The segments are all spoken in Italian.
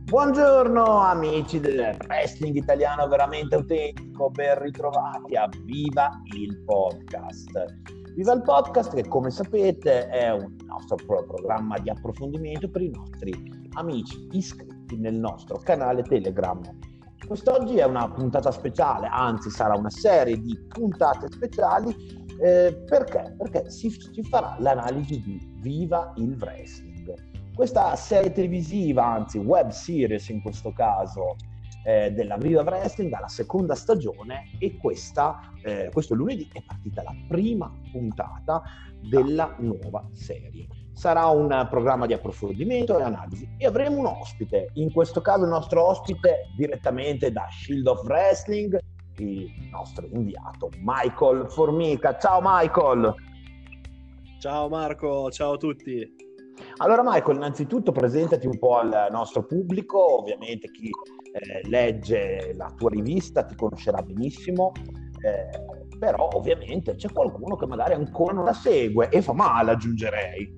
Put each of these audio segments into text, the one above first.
Buongiorno amici del wrestling italiano veramente autentico, ben ritrovati a Viva il Podcast. Viva il Podcast che, come sapete, è un nostro programma di approfondimento per i nostri amici iscritti nel nostro canale Telegram. Quest'oggi è una puntata speciale, anzi sarà una serie di puntate speciali. Perché? Perché si farà l'analisi di Viva il Wrestling. Questa serie televisiva, anzi web series in questo caso, della Viva Wrestling alla seconda stagione, e questo lunedì è partita la prima puntata della nuova serie. Sarà un programma di approfondimento e analisi e avremo un ospite, in questo caso il nostro ospite direttamente da Shield of Wrestling, il nostro inviato Michael Formica. Ciao Michael! Ciao Marco, ciao a tutti! Allora Michael, innanzitutto presentati un po' al nostro pubblico. Ovviamente chi legge la tua rivista ti conoscerà benissimo, però ovviamente c'è qualcuno che magari ancora non la segue e fa male, aggiungerei.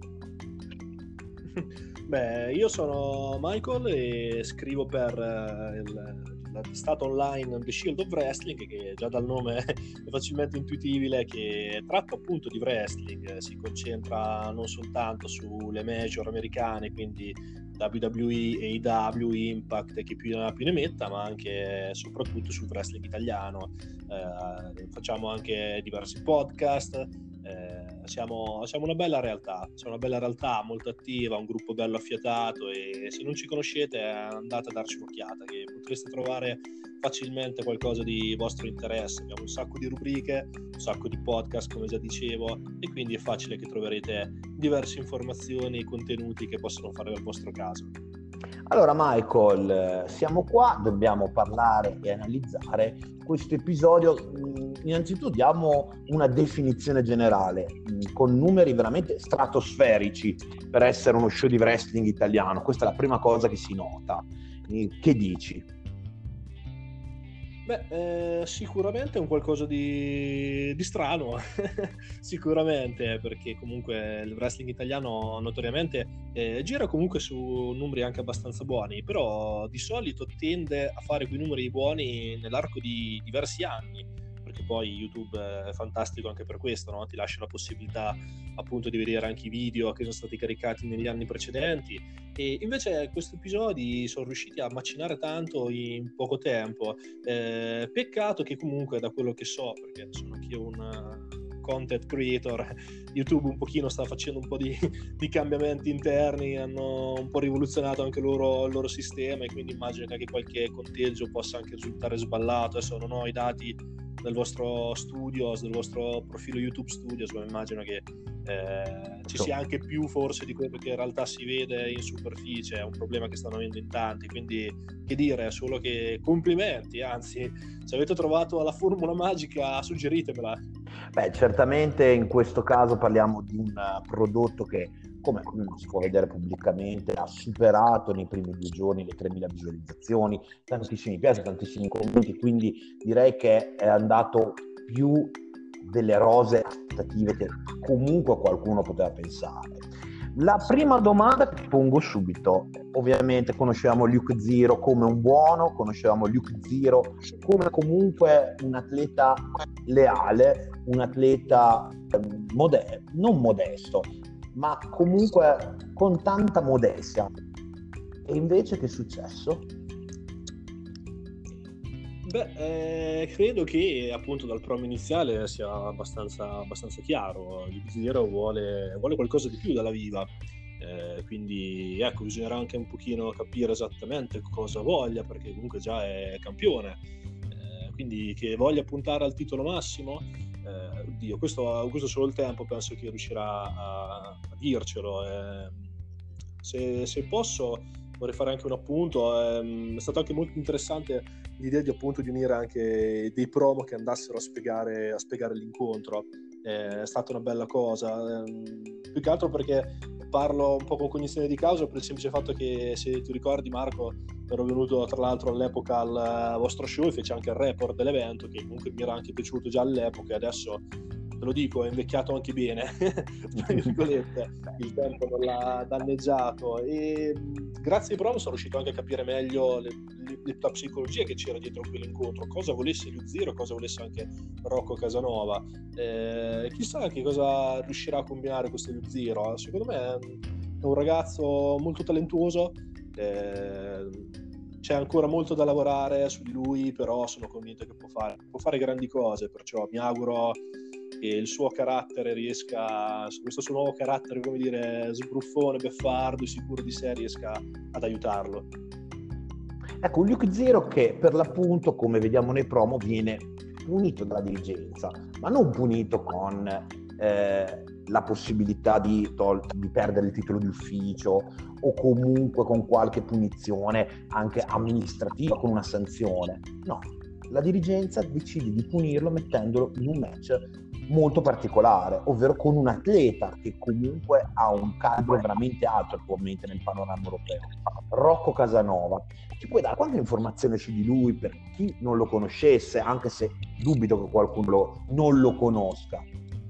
Beh, io sono Michael e scrivo per la testata online The Shield of Wrestling, che già dal nome è facilmente intuitivile, che tratta appunto di wrestling, si concentra non soltanto sulle major americane, quindi WWE, AEW, Impact e chi più ne metta, ma anche e soprattutto sul wrestling italiano. Facciamo anche diversi podcast. Siamo una bella realtà, molto attiva, un gruppo bello affiatato, e se non ci conoscete andate a darci un'occhiata, che potreste trovare facilmente qualcosa di vostro interesse. Abbiamo un sacco di rubriche, un sacco di podcast, come già dicevo, e quindi è facile che troverete diverse informazioni e contenuti che possono fare al vostro caso. Allora Michael, siamo qua, dobbiamo parlare e analizzare questo episodio. Innanzitutto diamo una definizione generale, con numeri veramente stratosferici per essere uno show di wrestling italiano. Questa è la prima cosa che si nota. Che dici? Beh, sicuramente è un qualcosa di strano, sicuramente, perché comunque il wrestling italiano notoriamente gira comunque su numeri anche abbastanza buoni, però di solito tende a fare quei numeri buoni nell'arco di diversi anni, perché poi YouTube è fantastico anche per questo, no? Ti lascia la possibilità appunto di vedere anche i video che sono stati caricati negli anni precedenti, e invece questi episodi sono riusciti a macinare tanto in poco tempo. Peccato che comunque, da quello che so, perché sono anch'io un content creator, YouTube un pochino sta facendo un po' di cambiamenti interni, hanno un po' rivoluzionato anche il loro sistema, e quindi immagino che anche qualche conteggio possa anche risultare sballato. Adesso non ho i dati del vostro Studios, del vostro profilo YouTube Studios, ma immagino che ci sia anche più forse di quello che in realtà si vede in superficie. È un problema che stanno avendo in tanti, quindi che dire, solo che complimenti, anzi, se avete trovato la formula magica suggeritemela. Beh, certamente in questo caso parliamo di un prodotto che, come si può vedere pubblicamente, ha superato nei primi 2 giorni le 3.000 visualizzazioni, tantissimi piace, tantissimi commenti, quindi direi che è andato più delle rose aspettative che comunque qualcuno poteva pensare. La prima domanda che pongo subito: ovviamente conoscevamo Luke Zero come un buono, conoscevamo Luke Zero come comunque un atleta leale, un atleta non modesto, ma comunque con tanta modestia. E invece che è successo? Beh, credo che appunto dal promo iniziale sia abbastanza chiaro. Il Zero vuole qualcosa di più dalla Viva, quindi ecco, bisognerà anche un pochino capire esattamente cosa voglia, perché comunque già è campione, quindi che voglia puntare al titolo massimo. Oddio, questo solo il tempo penso che riuscirà a dircelo. Se posso, vorrei fare anche un appunto. È stato anche molto interessante l'idea di unire anche dei promo che andassero a spiegare l'incontro. È stata una bella cosa, più che altro perché parlo un po' con cognizione di causa, per il semplice fatto che, se ti ricordi Marco, ero venuto tra l'altro all'epoca al vostro show e fece anche il report dell'evento, che comunque mi era anche piaciuto già all'epoca, e adesso te lo dico, è invecchiato anche bene, tra virgolette, il tempo non l'ha danneggiato, e grazie ai promo sono riuscito anche a capire meglio la psicologia che c'era dietro quell'incontro, cosa volesse Lu Zero, cosa volesse anche Rocco Casanova. Chissà che cosa riuscirà a combinare questo Lu Zero. Secondo me è un ragazzo molto talentuoso, c'è ancora molto da lavorare su di lui, però sono convinto che può fare grandi cose, perciò mi auguro che il suo carattere riesca, questo suo nuovo carattere, come dire, sbruffone, beffardo, sicuro di sé, riesca ad aiutarlo. Ecco, un Luke Zero che per l'appunto, come vediamo nei promo, viene punito dalla dirigenza, ma non punito con la possibilità di perdere il titolo di ufficio o comunque con qualche punizione anche amministrativa, con una sanzione. No, la dirigenza decide di punirlo mettendolo in un match molto particolare, ovvero con un atleta che comunque ha un calibro veramente alto attualmente nel panorama europeo, Rocco Casanova. Ci puoi dare qualche informazione su di lui per chi non lo conoscesse, anche se dubito che qualcuno non lo conosca?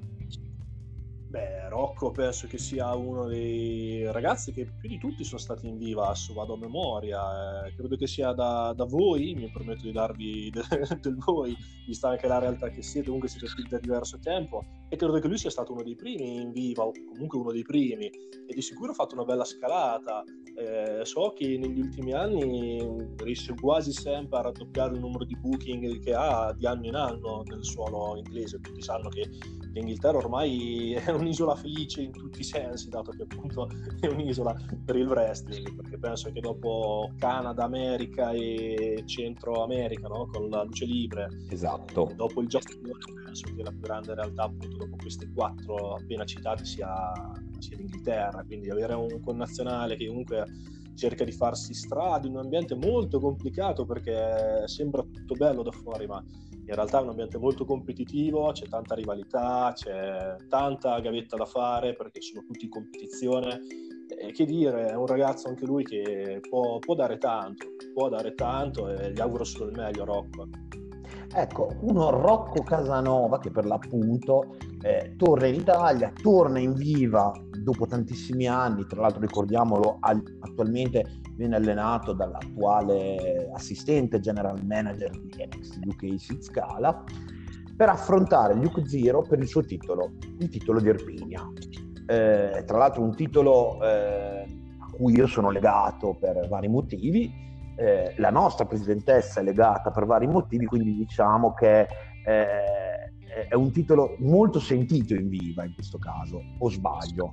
Beh, Rocco penso che sia uno dei ragazzi che più di tutti sono stati in Vivas, vado a memoria, credo che sia da voi, mi permetto di darvi del voi, vista anche la realtà che siete, comunque siete qui da diverso tempo, e credo che lui sia stato uno dei primi in Viva, o comunque uno dei primi, e di sicuro ha fatto una bella scalata. So che negli ultimi anni riesce quasi sempre a raddoppiare il numero di booking che ha di anno in anno nel suolo inglese. Tutti sanno che l'Inghilterra ormai è un'isola felice in tutti i sensi, dato che appunto è un'isola per il wrestling, perché penso che dopo Canada, America e Centro America, no? Con la luce libre, esatto, dopo il Giappone, penso che la più grande realtà appunto dopo queste 4 appena citate sia l'Inghilterra, quindi avere un connazionale che comunque cerca di farsi strada in un ambiente molto complicato, perché sembra tutto bello da fuori, ma in realtà è un ambiente molto competitivo, c'è tanta rivalità, c'è tanta gavetta da fare perché sono tutti in competizione. E che dire, è un ragazzo anche lui che può dare tanto, e gli auguro solo il meglio, Rocco. Ecco, uno Rocco Casanova che per l'appunto torna in Italia, torna in Viva dopo tantissimi anni, tra l'altro ricordiamolo, attualmente viene allenato dall'attuale assistente general manager di NXT UK Sid Scala, per affrontare Luke Zero per il suo titolo, il titolo di Irpinia. Tra l'altro un titolo a cui io sono legato per vari motivi. La nostra presidentessa è legata per vari motivi, quindi diciamo che è un titolo molto sentito in Viva in questo caso, o sbaglio?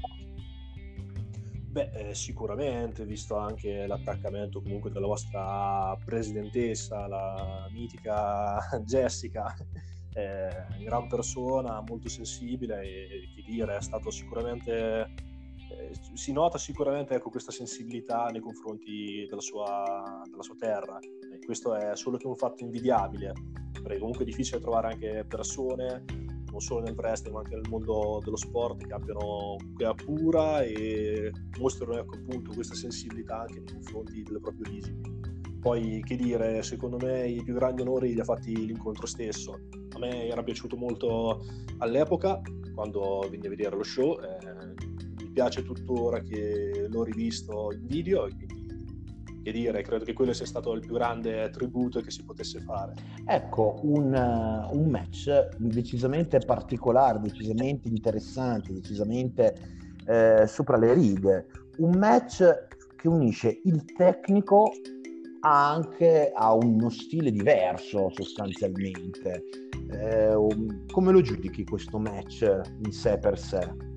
Beh, sicuramente, visto anche l'attaccamento comunque della vostra presidentessa, la mitica Jessica, gran persona, molto sensibile, e che dire, è stato sicuramente... si nota sicuramente, ecco, questa sensibilità nei confronti della sua terra, e questo è solo che un fatto invidiabile, perché comunque è difficile trovare anche persone, non solo nel wrestling ma anche nel mondo dello sport, che abbiano cura e mostrano, ecco, appunto questa sensibilità anche nei confronti delle proprie origini. Poi, che dire, secondo me i più grandi onori li ha fatti l'incontro stesso. A me era piaciuto molto all'epoca quando venni a vedere lo show, piace tuttora che l'ho rivisto in video, e quindi, che dire, credo che quello sia stato il più grande tributo che si potesse fare. Ecco, un match decisamente particolare, decisamente interessante, decisamente sopra le righe, un match che unisce il tecnico anche a uno stile diverso sostanzialmente. Come lo giudichi questo match in sé per sé?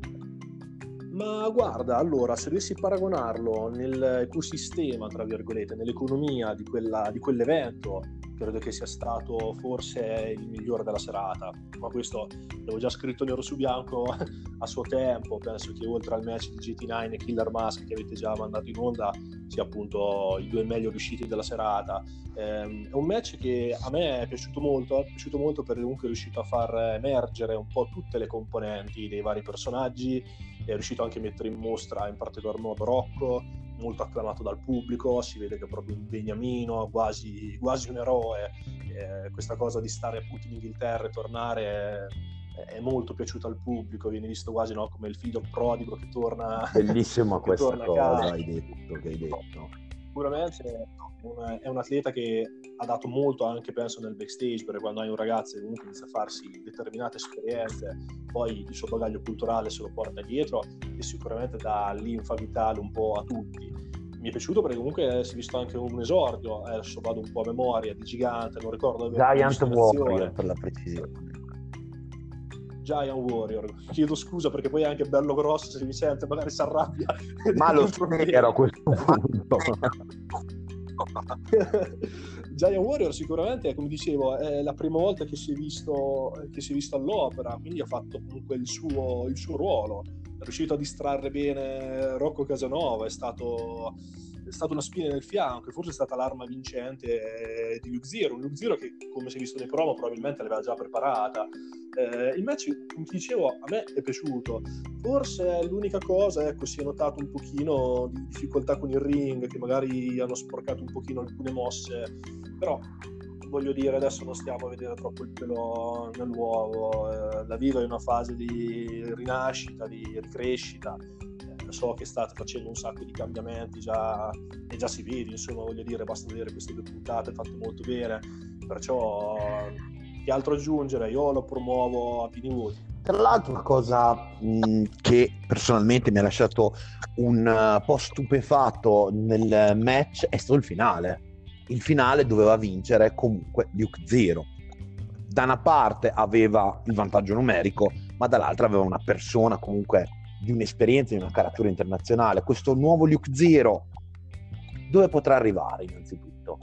Ma guarda, allora, se dovessi paragonarlo nell'ecosistema, tra virgolette, nell'economia di quell'evento, credo che sia stato forse il migliore della serata. Ma questo l'avevo già scritto nero su bianco a suo tempo. Penso che oltre al match di GT9 e Killer Mask che avete già mandato in onda, sia appunto i 2 meglio riusciti della serata. È un match che a me è piaciuto molto perché comunque è riuscito a far emergere un po' tutte le componenti dei vari personaggi, è riuscito anche a mettere in mostra in particolar modo Rocco, molto acclamato dal pubblico, si vede che è proprio un beniamino, quasi un eroe. Questa cosa di stare appunto in Inghilterra e tornare è molto piaciuto al pubblico, viene visto quasi, no, come il figlio prodigo che torna, Bellissima che questa torna a cosa casa. che hai detto. Sicuramente è un atleta che ha dato molto anche, penso, nel backstage, perché quando hai un ragazzo che comunque inizia a farsi determinate esperienze, poi il suo bagaglio culturale se lo porta dietro e sicuramente dà linfa vitale un po' a tutti. Mi è piaciuto perché comunque si è visto anche un esordio, adesso vado un po' a memoria, di gigante, non ricordo di averlo Giant visto in Warrior azione. per la precisione. Giant Warrior, chiedo scusa perché poi è anche bello grosso, se mi sente magari si arrabbia. Ma lo spero a questo punto. Giant Warrior sicuramente, come dicevo, è la prima volta che si è visto all'opera, quindi ha fatto comunque il suo ruolo, è riuscito a distrarre bene Rocco Casanova, è stato una spina nel fianco e forse è stata l'arma vincente di Luke Zero, che, come si è visto nei promo, probabilmente l'aveva già preparata. Il match, come ti dicevo, a me è piaciuto. Forse l'unica cosa, ecco, si è notato un pochino di difficoltà con il ring, che magari hanno sporcato un pochino alcune mosse, però voglio dire, adesso non stiamo a vedere troppo il pelo nell'uovo. La Viva è una fase di rinascita, di ricrescita. So che state facendo un sacco di cambiamenti già, e già si vede, insomma, voglio dire, basta vedere queste 2 puntate fatte molto bene, perciò che altro aggiungere? Io lo promuovo a pieni voti. Tra l'altro una cosa che personalmente mi ha lasciato un po' stupefatto nel match è stato il finale. Il finale doveva vincere comunque Luke Zero. Da una parte aveva il vantaggio numerico, ma dall'altra aveva una persona comunque di un'esperienza, di una caratura internazionale. Questo nuovo Luke Zero dove potrà arrivare innanzitutto?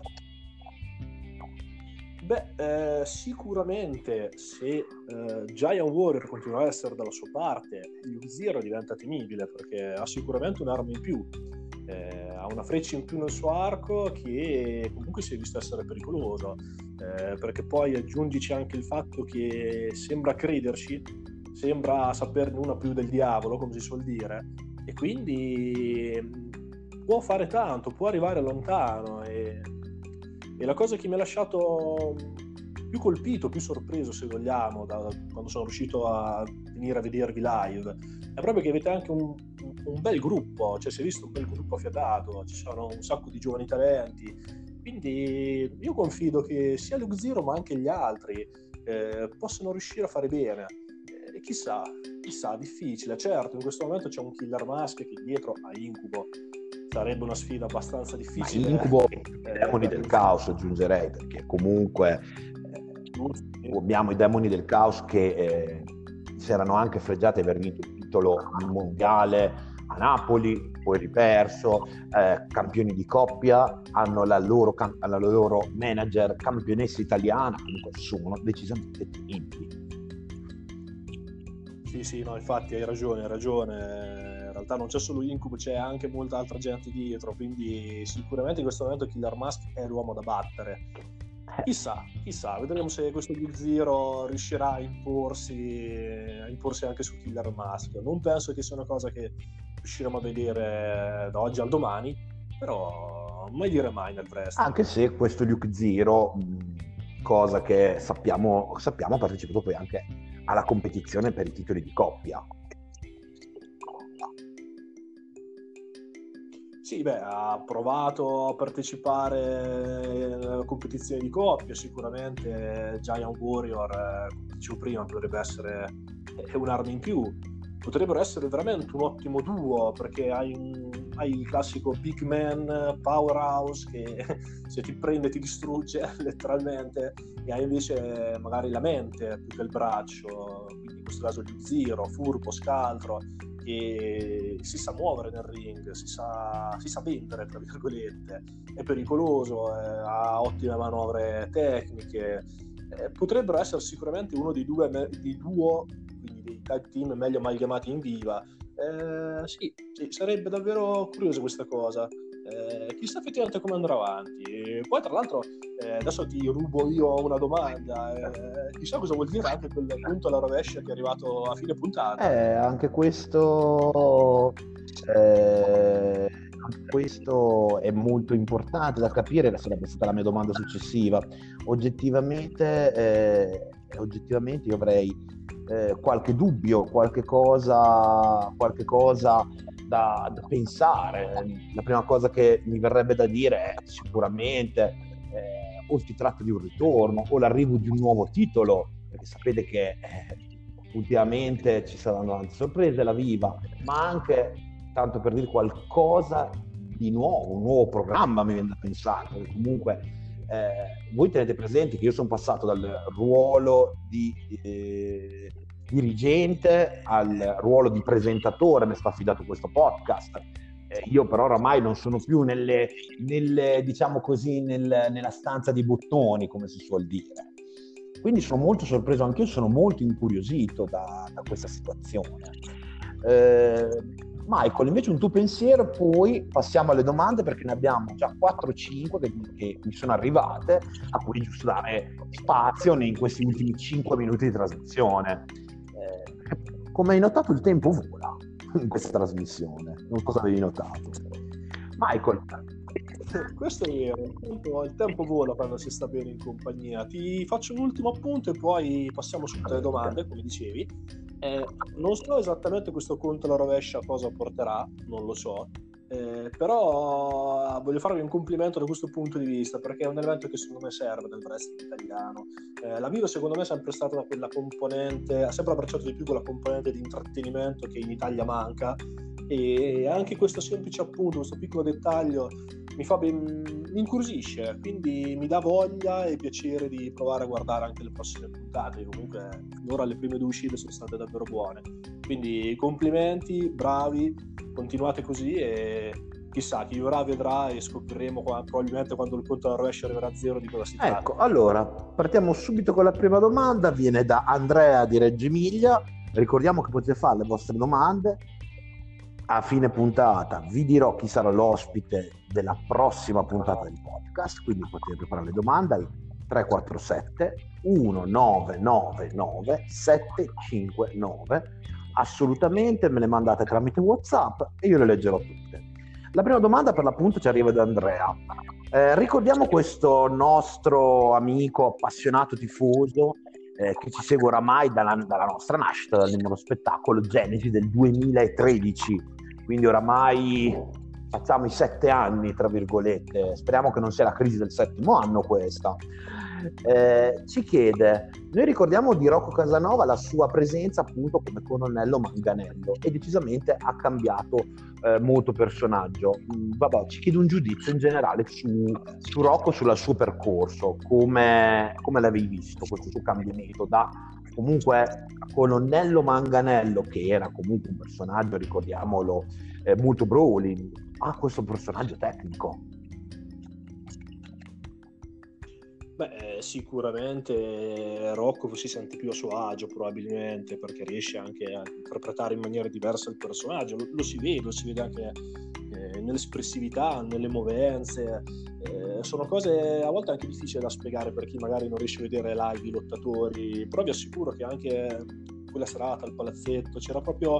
Beh, sicuramente se Giant Warrior continuerà a essere dalla sua parte, Luke Zero diventa temibile perché ha sicuramente un'arma in più, ha una freccia in più nel suo arco che comunque si è visto essere pericoloso, perché poi aggiungici anche il fatto che sembra crederci, sembra saperne una più del diavolo, come si suol dire, e quindi può fare tanto, può arrivare lontano e la cosa che mi ha lasciato più colpito, più sorpreso se vogliamo, da quando sono riuscito a venire a vedervi live, è proprio che avete anche un bel gruppo, cioè si è visto un bel gruppo affiatato, ci sono un sacco di giovani talenti, quindi io confido che sia Luke Zero ma anche gli altri possano riuscire a fare bene. E chissà, difficile, certo in questo momento c'è un Killer Mask che dietro ha Incubo, sarebbe una sfida abbastanza difficile. Ma Incubo e i demoni del caos aggiungerei, perché comunque abbiamo i demoni del caos che si erano anche fregiati di aver vinto il titolo mondiale a Napoli, poi riperso, campioni di coppia, hanno la loro manager campionessa italiana, comunque sono decisamente timidi. Sì, no, infatti hai ragione. In realtà non c'è solo Incubo, c'è anche molta altra gente dietro, quindi sicuramente in questo momento Killer Mask è l'uomo da battere. Chissà, vedremo se questo Luke Zero riuscirà a imporsi anche su Killer Mask. Non penso che sia una cosa che riusciremo a vedere da oggi al domani, però mai dire mai nel wrestling. Anche se questo Luke Zero, cosa che sappiamo ha partecipato poi anche alla competizione per i titoli di coppia. Sì, beh, ha provato a partecipare alla competizione di coppia, sicuramente Giant Warrior, come dicevo prima, potrebbe essere un'arma in più. Potrebbero essere veramente un ottimo duo, perché hai il classico big man powerhouse che se ti prende ti distrugge letteralmente, e hai invece magari la mente più che il braccio, quindi in questo caso Luke Zero, furbo, scaltro, che si sa muovere nel ring, si sa vendere, tra virgolette, è pericoloso, ha ottime manovre tecniche, potrebbero essere sicuramente uno dei duo, quindi dei tag team meglio amalgamati in Viva. Sì, sarebbe davvero curiosa questa cosa. Chissà effettivamente come andrà avanti. Poi tra l'altro adesso ti rubo io una domanda, chissà cosa vuol dire anche quel punto alla rovescia che è arrivato a fine puntata. Anche questo è molto importante da capire, sarebbe stata la mia domanda successiva. Oggettivamente oggettivamente io avrei qualche dubbio, qualche cosa da pensare. La prima cosa che mi verrebbe da dire è sicuramente o si tratta di un ritorno o l'arrivo di un nuovo titolo, perché sapete che ultimamente ci saranno tante sorprese alla Viva, ma anche, tanto per dire, qualcosa di nuovo, un nuovo programma mi viene da pensare, perché comunque voi tenete presente che io sono passato dal ruolo di dirigente al ruolo di presentatore, mi è stato affidato questo podcast. Io però oramai non sono più diciamo così, nella stanza di bottoni, come si suol dire. Quindi sono molto sorpreso, anch'io sono molto incuriosito da questa situazione. Michael, invece un tuo pensiero, poi passiamo alle domande, perché ne abbiamo già 4-5 che mi sono arrivate, a cui giusto dare spazio in questi ultimi 5 minuti di trasmissione. Come hai notato, il tempo vola in questa trasmissione, non so se avevi notato. Michael. Questo è vero, il tempo vola quando si sta bene in compagnia. Ti faccio un ultimo appunto e poi passiamo subito alle domande, come dicevi. Non so esattamente questo conto alla rovescia cosa porterà, non lo so, però voglio farvi un complimento da questo punto di vista, perché è un elemento che secondo me serve nel wrestling italiano. La Viva secondo me è sempre stata quella componente, ha sempre abbracciato di più quella componente di intrattenimento che in Italia manca, e anche questo semplice appunto, questo piccolo dettaglio mi incuriosisce, quindi mi dà voglia e piacere di provare a guardare anche le prossime puntate. Comunque finora le prime 2 uscite sono state davvero buone, quindi complimenti, bravi, continuate così e chissà, chi vorrà vedrà e scopriremo probabilmente quando il conto alla rovescia arriverà a 0 di cosa si tratta. Ecco, allora partiamo subito con la prima domanda, viene da Andrea di Reggio Emilia. Ricordiamo che potete fare le vostre domande a fine puntata, vi dirò chi sarà l'ospite della prossima puntata del podcast, quindi potete preparare le domande al 347 1999 759. Assolutamente me le mandate tramite WhatsApp e io le leggerò tutte. La prima domanda per l'appunto ci arriva da Andrea. Ricordiamo questo nostro amico appassionato tifoso che ci segue oramai dalla nostra nascita, dal numero spettacolo Genesi del 2013, quindi oramai facciamo i 7 anni, tra virgolette. Speriamo che non sia la crisi del 7° anno questa. Ci chiede, noi ricordiamo di Rocco Casanova la sua presenza appunto come colonnello Manganello, e decisamente ha cambiato molto personaggio. Vabbè, ci chiede un giudizio in generale su Rocco, sul suo percorso, come l'avevi visto questo suo cambiamento da comunque colonnello Manganello, che era comunque un personaggio, ricordiamolo, molto brawling, a questo personaggio tecnico. Beh, sicuramente Rocco si sente più a suo agio probabilmente, perché riesce anche a interpretare in maniera diversa il personaggio, lo si vede anche nell'espressività, nelle movenze, sono cose a volte anche difficili da spiegare per chi magari non riesce a vedere live i lottatori, però vi assicuro che anche quella serata al palazzetto c'era proprio,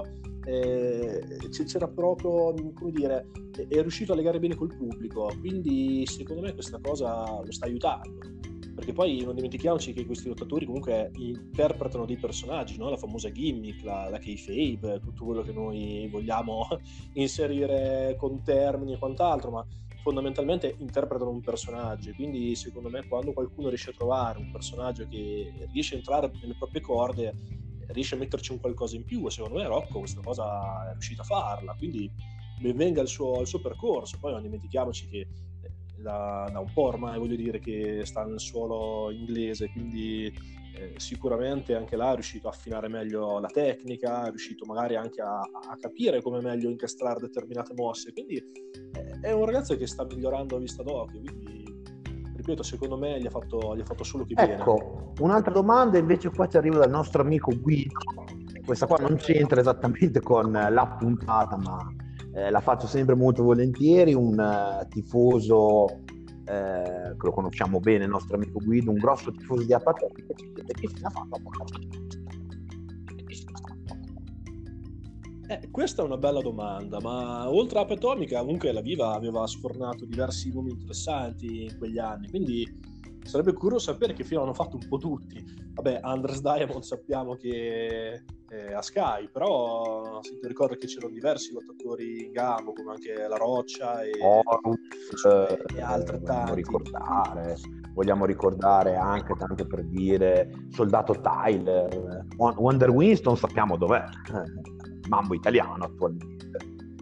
come dire, è riuscito a legare bene col pubblico, quindi secondo me questa cosa lo sta aiutando, perché poi non dimentichiamoci che questi lottatori comunque interpretano dei personaggi, no? La famosa gimmick, la kayfabe, tutto quello che noi vogliamo inserire con termini e quant'altro, ma fondamentalmente interpretano un personaggio, quindi secondo me quando qualcuno riesce a trovare un personaggio che riesce a entrare nelle proprie corde, riesce a metterci un qualcosa in più, e secondo me Rocco questa cosa è riuscito a farla, quindi ben venga il suo percorso. Poi non dimentichiamoci che da un po' ormai, voglio dire, che sta nel suolo inglese, quindi sicuramente anche là è riuscito a affinare meglio la tecnica, è riuscito magari anche a capire come meglio incastrare determinate mosse, quindi è un ragazzo che sta migliorando a vista d'occhio, quindi ripeto, secondo me gli ha fatto solo che bene. Ecco, un'altra domanda invece qua ci arriva dal nostro amico Guido. Questa qua non c'entra esattamente con la puntata, ma la faccio sempre molto volentieri. Un tifoso che lo conosciamo bene, il nostro amico Guido, un grosso tifoso di Apatomica, che fine ha fatto Apatomica? Questa è una bella domanda, ma oltre a Apatomica comunque la Viva aveva sfornato diversi nomi interessanti in quegli anni, quindi sarebbe curioso sapere che fine hanno fatto un po' tutti. Vabbè, Andres Diamond sappiamo che è a Sky, però si ti ricorda che c'erano diversi lottatori in gambo, come anche La Roccia e altrettanti. Vogliamo ricordare anche, tanto per dire, Soldato Tyler, Wonder Winston sappiamo dov'è, mambo italiano attualmente.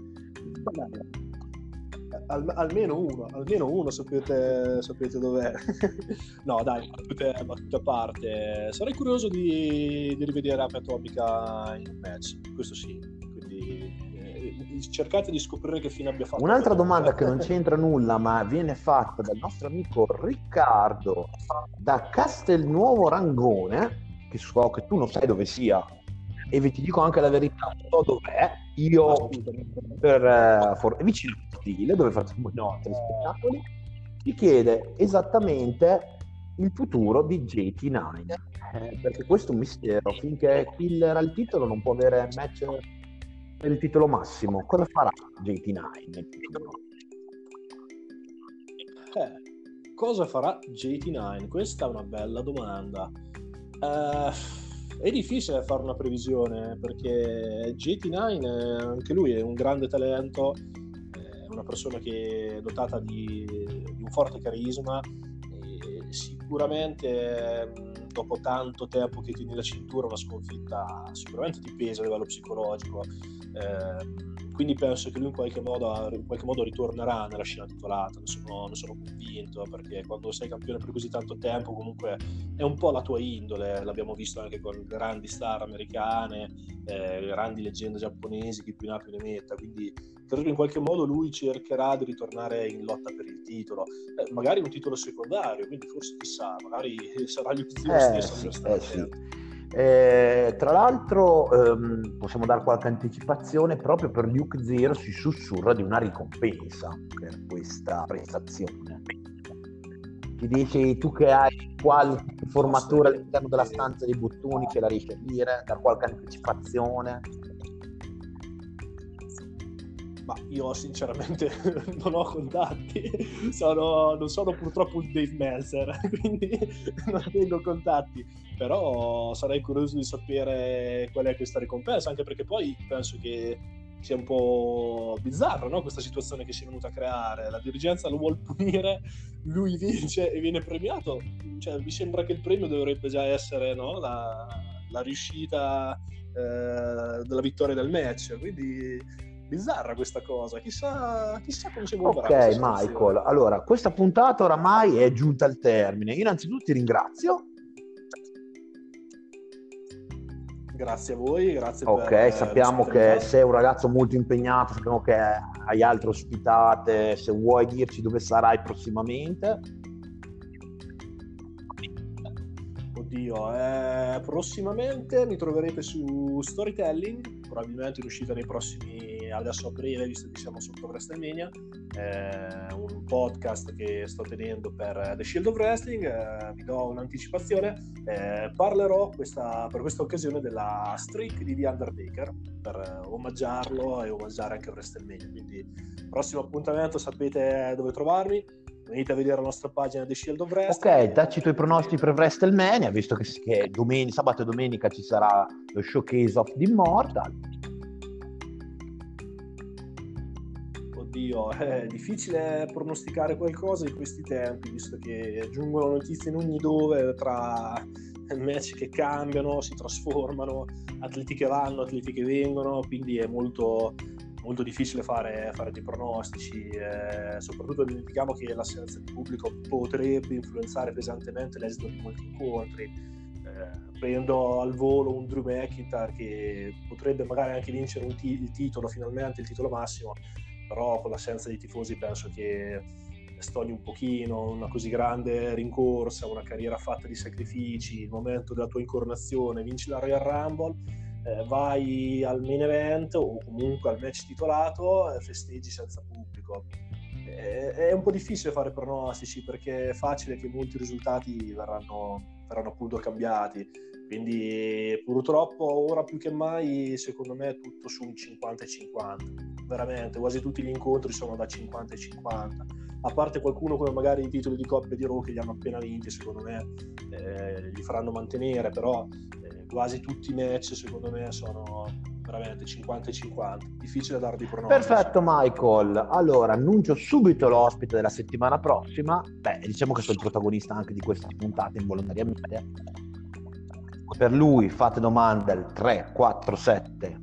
Almeno uno sapete dov'è. No dai, battute a parte, sarei curioso di rivedere Ape Atomica in un match, questo sì, quindi cercate di scoprire che fine abbia fatto. Un'altra domanda che non c'entra nulla ma viene fatta dal nostro amico Riccardo da Castelnuovo Rangone, che so che tu non sai dove sia, e vi ti dico anche la verità, non so dov'è, io è vicino a Stile, dove facciamo i nostri spettacoli, ti chiede esattamente il futuro di JT9, perché questo è un mistero, finché killer al titolo non può avere match per il titolo massimo. Cosa farà JT9 nel futuro? Cosa farà JT9? Questa è una bella domanda. È difficile fare una previsione, perché JT9 anche lui è un grande talento, è una persona che è dotata di un forte carisma e sicuramente dopo tanto tempo che tieni la cintura una sconfitta sicuramente ti pesa a livello psicologico, quindi penso che lui in qualche modo ritornerà nella scena titolata, ne sono convinto, perché quando sei campione per così tanto tempo comunque è un po' la tua indole, l'abbiamo visto anche con grandi star americane, grandi leggende giapponesi, chi più ne ha più ne metta, quindi credo che in qualche modo lui cercherà di ritornare in lotta per il titolo, magari un titolo secondario, quindi forse chissà, magari sarà gli stesso. Sì. Tra l'altro possiamo dare qualche anticipazione, proprio per Luke Zero si sussurra di una ricompensa per questa prestazione. Ti dici, tu che hai qualche informatore all'interno della stanza dei bottoni, ce la riesci a dire, dar qualche anticipazione? Ma io sinceramente non ho contatti, non sono purtroppo un Dave Meltzer, quindi non tengo contatti, però sarei curioso di sapere qual è questa ricompensa, anche perché poi penso che sia un po' bizzarra, no? Questa situazione che si è venuta a creare, la dirigenza lo vuol punire, lui vince e viene premiato, cioè mi sembra che il premio dovrebbe già essere, no? la riuscita della vittoria del match, quindi bizzarra questa cosa, chissà come si evolverà. Ok Michael, allora questa puntata oramai è giunta al termine. Io innanzitutto ti ringrazio. Grazie a voi, grazie per sappiamo che sei un ragazzo molto impegnato, sappiamo che hai altre ospitate, se vuoi dirci dove sarai prossimamente. Oddio, prossimamente mi troverete su Storytelling, probabilmente in uscita nei prossimi, adesso a breve, visto che siamo sotto WrestleMania, un podcast che sto tenendo per The Shield of Wrestling. Vi do un'anticipazione, parlerò per questa occasione della streak di The Undertaker, per omaggiarlo e omaggiare anche WrestleMania, quindi prossimo appuntamento sapete dove trovarmi. Venite a vedere la nostra pagina The Shield of Wrestling. Ok, dacci i tuoi pronostici per WrestleMania, visto che sabato e domenica ci sarà lo showcase of the Immortal. Oddio, è difficile pronosticare qualcosa in questi tempi, visto che giungono notizie in ogni dove, tra match che cambiano, si trasformano, atleti che vanno, atleti che vengono, quindi è molto difficile fare dei pronostici, soprattutto dimentichiamo che l'assenza di pubblico potrebbe influenzare pesantemente l'esito di molti incontri. Prendo al volo un Drew McIntyre che potrebbe magari anche vincere il titolo, finalmente il titolo massimo, però con l'assenza dei tifosi penso che stogni un pochino, una così grande rincorsa, una carriera fatta di sacrifici, il momento della tua incoronazione, vinci la Royal Rumble, vai al main event o comunque al match titolato, festeggi senza pubblico. È un po' difficile fare pronostici, perché è facile che molti risultati verranno appunto cambiati, quindi purtroppo ora più che mai secondo me è tutto su un 50-50, veramente quasi tutti gli incontri sono da 50-50, a parte qualcuno come magari i titoli di Coppa e di Raw che li hanno appena vinti, secondo me li faranno mantenere, però quasi tutti i match secondo me sono veramente 50-50, difficile darvi pronostici. Perfetto Michael, allora annuncio subito l'ospite della settimana prossima. Diciamo che sono il protagonista anche di questa puntata involontariamente. Per lui fate domande al 347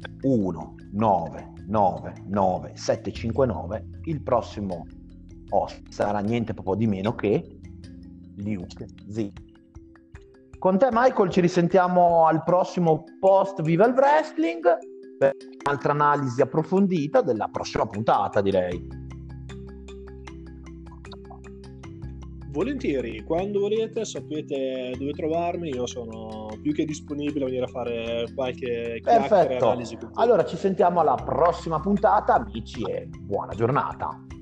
1999 759. Il prossimo ospite sarà niente proprio di meno che Luke Z. Con te Michael ci risentiamo al prossimo post Viva il Wrestling per un'altra analisi approfondita della prossima puntata, direi. Volentieri, quando volete sapete dove trovarmi, io sono più che disponibile a venire a fare qualche chiacchiera e Perfetto, analisi con voi. allora ci sentiamo alla prossima puntata amici e buona giornata.